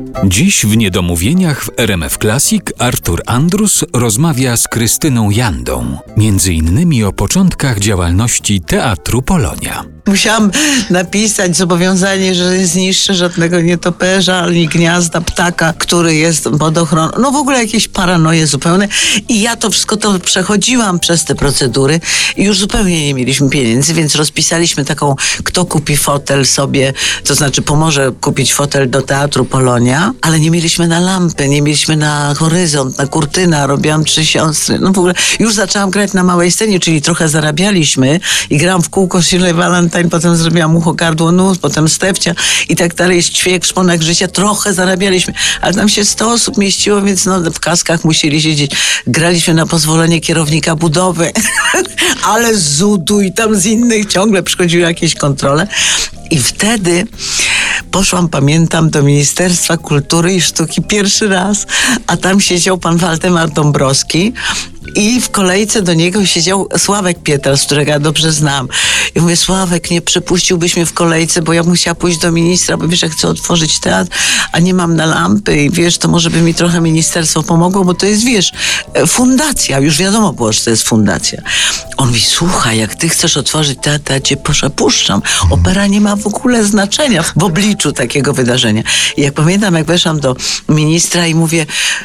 Dziś w Niedomówieniach w RMF Classic Artur Andrus rozmawia z Krystyną Jandą, między innymi o początkach działalności Teatru Polonia. Musiałam napisać zobowiązanie, że nie zniszczę żadnego nietoperza, ani gniazda ptaka, który jest pod ochroną. No w ogóle jakieś paranoje zupełne. I ja to wszystko przechodziłam przez te procedury i już zupełnie nie mieliśmy pieniędzy, więc rozpisaliśmy taką, kto kupi fotel sobie, to znaczy pomoże kupić fotel do Teatru Polonia, ale nie mieliśmy na lampy, nie mieliśmy na horyzont, na kurtyna, robiłam 3 siostry. No w ogóle już zaczęłam grać na małej scenie, czyli trochę zarabialiśmy i grałam w kółko Shirley Valentine, potem zrobiłam Ucho, Gardło, Nóż, potem Stefcia i tak dalej, Ćwiek, Szponak Życia, trochę zarabialiśmy, ale tam się 100 osób mieściło, więc no w kaskach musieli siedzieć. Graliśmy na pozwolenie kierownika budowy, ale z ZUD-u i tam z innych ciągle przychodziły jakieś kontrole. I wtedy poszłam, pamiętam, do Ministerstwa Kultury i Sztuki pierwszy raz, a tam siedział pan Waldemar Dąbrowski i w kolejce do niego siedział Sławek Pietras, którego ja dobrze znam. I mówię: Sławek, nie przepuściłbyś mnie w kolejce, bo ja musiała pójść do ministra, bo wiesz, jak chcę otworzyć teatr, a nie mam na lampy i wiesz, to może by mi trochę ministerstwo pomogło, bo to jest, wiesz, fundacja. Już wiadomo było, że to jest fundacja. On mówi: słuchaj, jak ty chcesz otworzyć teatr, ja cię przepuszczam. Opera nie ma w ogóle znaczenia w obliczu takiego wydarzenia. I jak pamiętam, jak weszłam do ministra i mówię,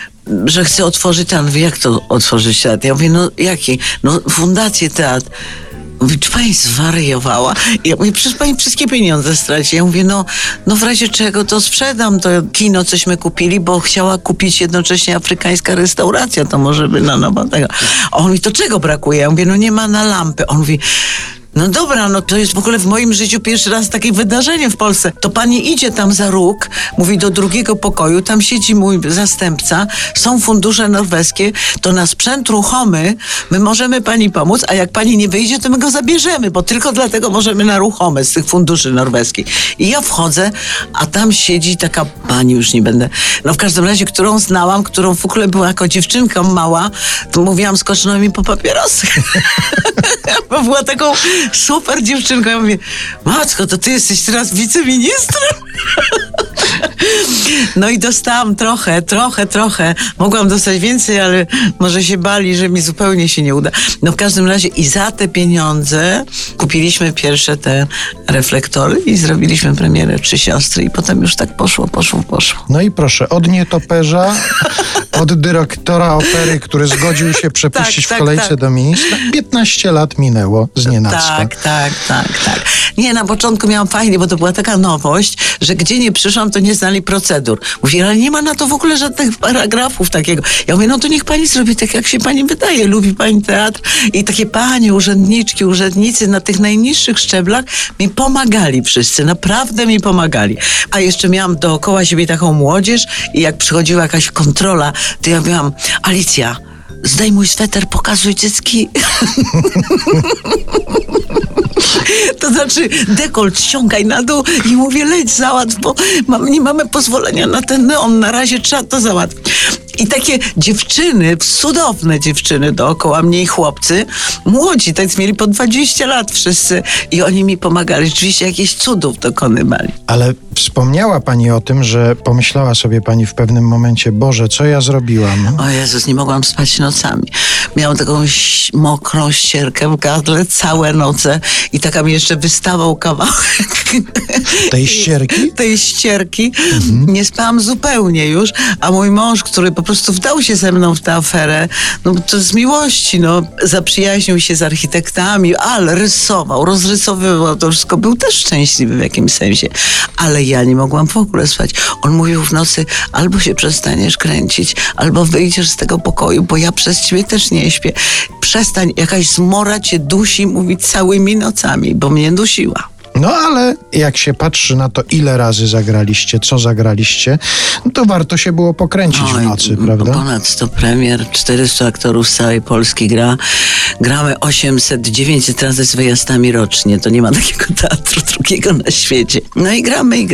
że chcę otworzyć teatr. Mówi: jak to otworzyć teatr? Ja mówię: no jaki? No fundację teatr. Mówi: czy pani zwariowała? Ja mówię: przecież pani wszystkie pieniądze straci. Ja mówię: no w razie czego to sprzedam to kino, cośmy kupili, bo chciała kupić jednocześnie afrykańska restauracja, to może by na nowo tego. A on mówi: to czego brakuje? Ja mówię: no nie ma na lampy. On mówi: no dobra, no to jest w ogóle w moim życiu pierwszy raz takie wydarzenie w Polsce. To pani idzie tam za róg, mówi, do drugiego pokoju, tam siedzi mój zastępca, są fundusze norweskie, to na sprzęt ruchomy my możemy pani pomóc, a jak pani nie wyjdzie, to my go zabierzemy, bo tylko dlatego możemy na ruchome z tych funduszy norweskich. I ja wchodzę, a tam siedzi taka pani, już nie będę, no w każdym razie, którą znałam, którą w ogóle była jako dziewczynka mała, to mówiłam: skoczono mi po papierosy. Bo była taką super dziewczynką. Ja mówię: matko, to ty jesteś teraz wiceministrem? No i dostałam trochę. Mogłam dostać więcej, ale może się bali, że mi zupełnie się nie uda. No w każdym razie i za te pieniądze kupiliśmy pierwsze te reflektory i zrobiliśmy premierę 3 siostry i potem już tak poszło. No i proszę, od nietoperza, od dyrektora opery, który zgodził się przepuścić w kolejce do ministra, 15 lat minęło znienacka. Tak. Nie, na początku miałam fajnie, bo to była taka nowość, że gdzie nie przyszłam, to nie znali procedur. Mówi: ale nie ma na to w ogóle żadnych paragrafów takiego. Ja mówię: no to niech pani zrobi tak, jak się pani wydaje. Lubi pani teatr? I takie panie, urzędniczki, urzędnicy na tych najniższych szczeblach mi pomagali wszyscy. Naprawdę mi pomagali. A jeszcze miałam dookoła siebie taką młodzież i jak przychodziła jakaś kontrola, to ja mówiłam: Alicja, zdejmuj sweter, pokazuj cycki. To znaczy dekolt ściągaj na dół i mówię: leć, załatw, bo nie mamy pozwolenia na ten neon, na razie trzeba to załatwić. I takie dziewczyny, cudowne dziewczyny dookoła mnie i chłopcy, młodzi, tak mieli po 20 lat wszyscy i oni mi pomagali. Rzeczywiście jakichś cudów dokonywali. Ale wspomniała pani o tym, że pomyślała sobie pani w pewnym momencie: Boże, co ja zrobiłam? O Jezus, nie mogłam spać nocami. Miałam taką mokrą ścierkę w gardle całe noce i taka mi jeszcze wystawał kawałek. Tej ścierki? Tej ścierki. Nie spałam zupełnie już, a mój mąż, który po prostu wdał się ze mną w tę aferę, no to z miłości, no, zaprzyjaźnił się z architektami, ale rysował, rozrysowywał to wszystko, był też szczęśliwy w jakimś sensie, ale ja nie mogłam w ogóle spać. On mówił w nocy: albo się przestaniesz kręcić, albo wyjdziesz z tego pokoju, bo ja przez ciebie też nie śpię. Przestań, jakaś zmora cię dusi, mówi, całymi nocami, bo mnie dusiła. No ale jak się patrzy na to, ile razy zagraliście, co zagraliście, no to warto się było pokręcić w nocy, prawda? Ponad 100 premier, 400 aktorów z całej Polski gra. Gramy 800-900 razy z wyjazdami rocznie. To nie ma takiego teatru drugiego na świecie. No i gramy.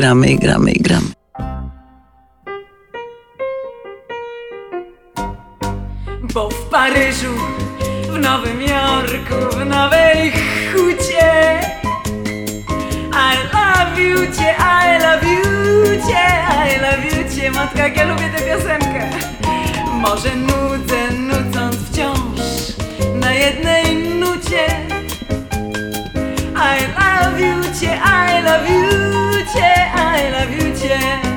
Bo w Paryżu, w Nowym Jorku, w Nowej Hucie I love you cię, I love you cię, I love you cię, Matko, jak ja lubię tę piosenkę. Może nudzę, nudząc wciąż na jednej nucie. I love you cię, I love you cię, I love you cię.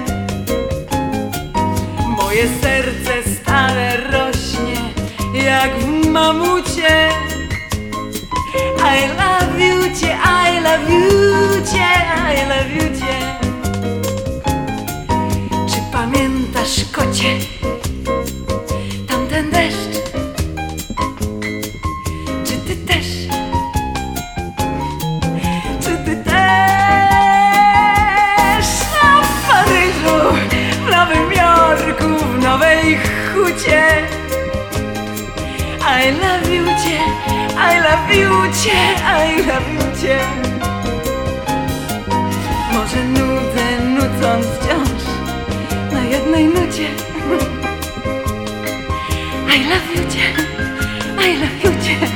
Moje serce stale rośnie jak w mamucie. I love you cię, I love you cię, I love you cię. Czy pamiętasz, kocie, tamten deszcz? Czy ty też? Czy ty też? W Paryżu, w Nowym Jorku, w Nowej Hucie. I love you cię, I love you cię, I love you cię. Może nudzę, nudząc wciąż na jednej nucie. I love you cię, I love you cię.